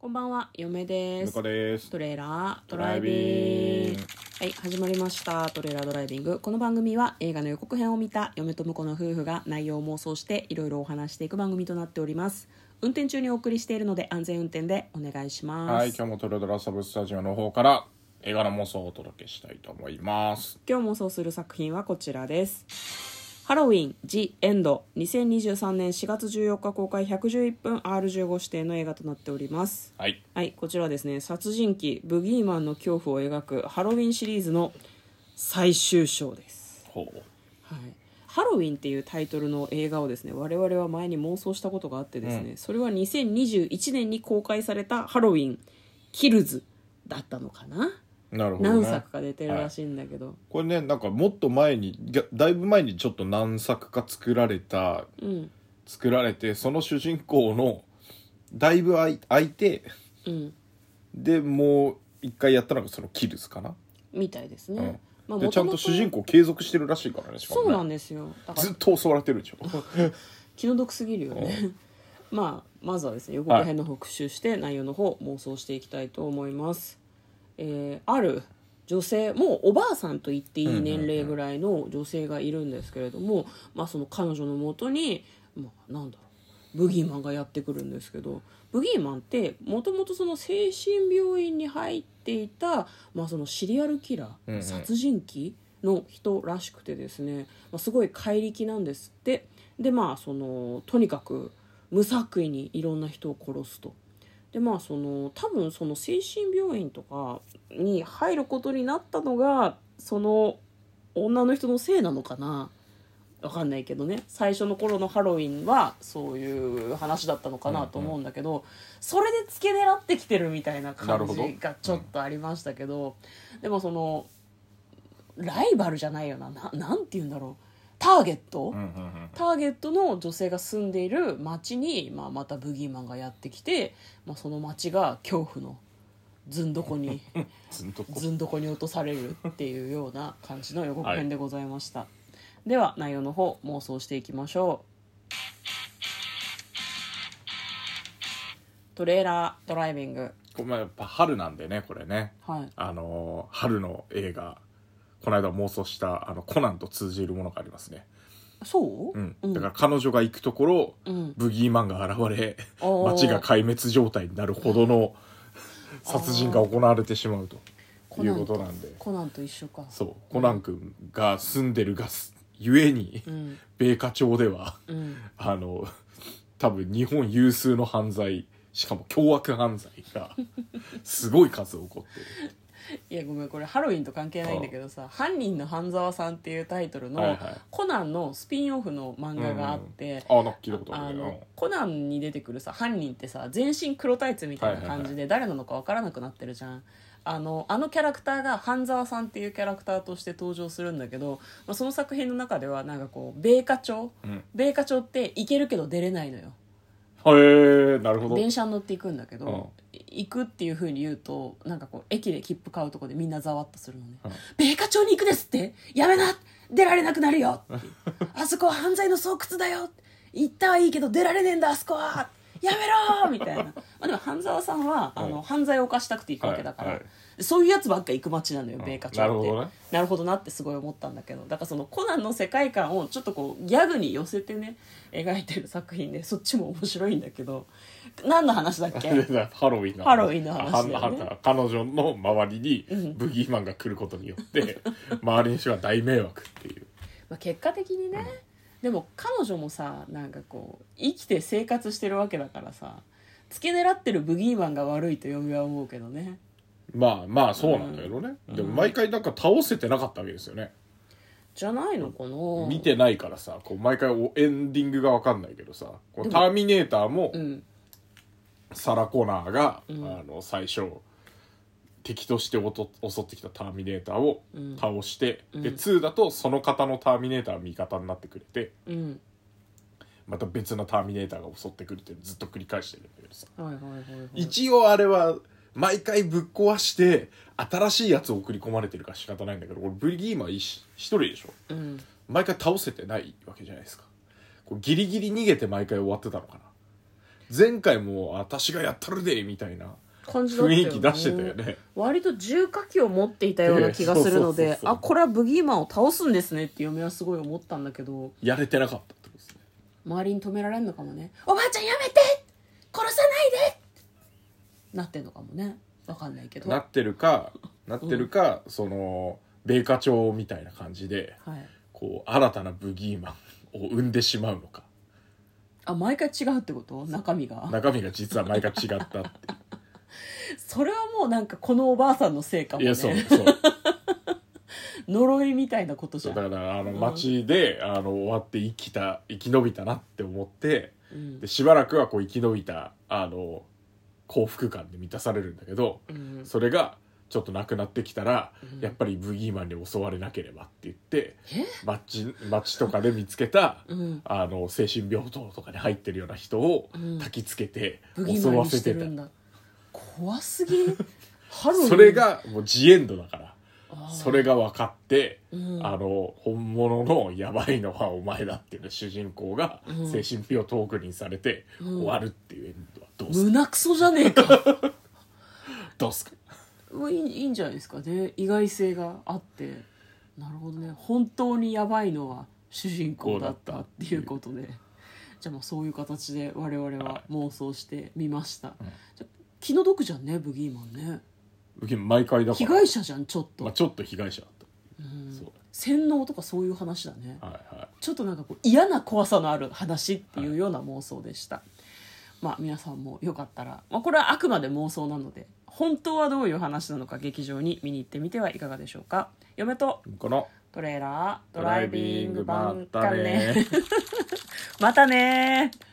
こんばんは、嫁です。 向こうです。 トレーラードライビング。はい、始まりました。トレーラードライビング。この番組は映画の予告編を見た嫁と婿の夫婦が内容を妄想していろいろお話していく番組となっております。運転中にお送りしているので安全運転でお願いします。 はい、今日もトレドラサブスタジオの方から映画の妄想をお届けしたいと思います。 今日妄想する作品はこちらです。ハロウィン・ジ・エンド、2023年4月14日公開、111分 R15 指定の映画となっております。 はい、 はい、こちらはですね、殺人鬼ブギーマンの恐怖を描くハロウィンシリーズの最終章です。 ほう。 はい、ハロウィンっていうタイトルの映画をですね、我々は前に妄想したことがあってですね、それは2021年に公開されたハロウィンキルズだったのかな。 なるほどね。 何作か出てるらしいんだけど、はい、 これね、なんかもっと前にだいぶ前にちょっと何作か作られて、その主人公のだいぶ空いて、でもう一回やったのがそのキルズかなみたいですね。 でちゃんと主人公継続してるらしいからね。 そうなんですよ。 だからずっと襲われてるでしょ。 気の毒すぎるよね。まずはですね、予告編の復習して内容の方妄想していきたいと思います。ある女性、もうおばあさんと言っていい年齢ぐらいの女性がいるんですけれども、その彼女のもとに、なんだろう、ブギーマンがやってくるんですけど、ブギーマンってもともとその精神病院に入っていた、そのシリアルキラー、殺人鬼の人らしくてですね、すごい怪力なんですって。でそのとにかく無作為にいろんな人を殺すと。でその多分その精神病院とかに入ることになったのがその女の人のせいなのかな、わかんないけどね、最初の頃のハロウィンはそういう話だったのかなと思うんだけど、それで付け狙ってきてるみたいな感じがちょっとありましたけど、でもそのライバルじゃないよな、なんて言うんだろう、ターゲットの女性が住んでいる町に、またブギーマンがやってきて、その町が恐怖のずんどこに落とされるっていうような感じの予告編でございました。では内容の方妄想していきましょう。トレーラードライビング。 やっぱ春なんでね、これね、 はい、 春の映画、この間妄想したコナンと通じるものがありますね。 そう、 だから彼女が行くところ、ブギーマンが現れ、街が壊滅状態になるほどの殺人が行われてしまうということなんで、 コナンと一緒か。 そう、コナン君が住んでるがゆえに、米花町では、多分日本有数の犯罪、しかも凶悪犯罪がすごい数起こってる。 いやごめん、これハロウィンと関係ないんだけどさ、犯人の半沢さんっていうタイトルのコナンのスピンオフの漫画があって、 なんか聞いたことあるね。 コナンに出てくるさ犯人ってさ、全身黒タイツみたいな感じで誰なのか分からなくなってるじゃん。あのキャラクターが半沢さんっていうキャラクターとして登場するんだけど、その作品の中ではなんかこう米花町って行けるけど出れないのよ。 へえ、なるほど。 電車に乗っていくんだけど、行くっていう風に言うとなんかこう駅で切符買うとこでみんなざわっとするのね。米花町に行くですって、やめな、出られなくなるよあそこは犯罪の巣窟だよ、行ったはいいけど出られねえんだあそこは、やめろみたいな。でも半沢さんは犯罪を犯したくて行くわけだから、そういうやつばっか行く街なのよ、米花町って。 なるほどね。 なるほどなってすごい思ったんだけど、だからそのコナンの世界観をちょっとこうギャグに寄せてね描いてる作品で、そっちも面白いんだけど、何の話だっけ？ ハロウィンの話だよね。 彼女の周りにブギーマンが来ることによって、周りの人が大迷惑っていう。 結果的にね、でも彼女もさ、なんかこう生きて生活してるわけだからさ、付け狙ってるブギーマンが悪いと嫁は思うけどね。 まあそうなんだけどね、でも毎回なんか倒せてなかったわけですよね。 じゃないのかな、 見てないからさ、こう毎回エンディングが分かんないけどさ、こうターミネーターも、サラ・コナーが、最初敵として襲ってきたターミネーターを倒して、で2だとその方のターミネーターが味方になってくれて、また別のターミネーターが襲ってくるってずっと繰り返してるんだけどさ、一応あれは毎回ぶっ壊して新しいやつを送り込まれてるから仕方ないんだけど、これブギーマン一人でしょ、毎回倒せてないわけじゃないですか。こうギリギリ逃げて毎回終わってたのかな。 前回も私がやったるでみたいな感じだったよね。 雰囲気出してたよね。 割と重火器を持っていたような気がするので、 そうそうそうそうあ、これはブギーマンを倒すんですねって嫁はすごい思ったんだけど、 やれてなかったってことですね。 周りに止められんのかもね。おばあちゃんやめて、殺さないでなってんのかもね。わかんないけど。 なってるか、その米花町みたいな感じで、 はい。 こう新たなブギーマンを生んでしまうのか。 あ、毎回違うってこと？中身が。 中身が実は毎回違ったっていう。 それはもうなんかこのおばあさんのせいかもね。 いや、そうそう。 呪いみたいなことじゃん。 だから街で終わって生き延びたなって思って、でしばらくはこう生き延びた幸福感で満たされるんだけど、それがちょっとなくなってきたら、やっぱりブギーマンに襲われなければって言って街とかで見つけた、精神病棟とかに入ってるような人を焚きつけて襲わせてた。 怖すぎん。 それがもうジエンドだから。それが分かって、本物のやばいのはお前だっていう主人公が精神病棟にされて終わるっていうエンドはどうすか？ 胸クソじゃねえか。 どうすか？ いいんじゃないですかね。意外性があって、なるほどね。本当にやばいのは主人公だったっていうことで、じゃあまあそういう形で我々は妄想してみました。じゃ気の毒じゃんね、ブギーマンね。 毎回だから被害者じゃん、ちょっと。 ちょっと被害者だった。 そう洗脳とかそういう話だね、 はいはい、 ちょっとなんかこう嫌な怖さのある話っていうような妄想でした、まあ皆さんもよかったら、これはあくまで妄想なので本当はどういう話なのか劇場に見に行ってみてはいかがでしょうか。嫁とこのトレーラードライビング版またねまたね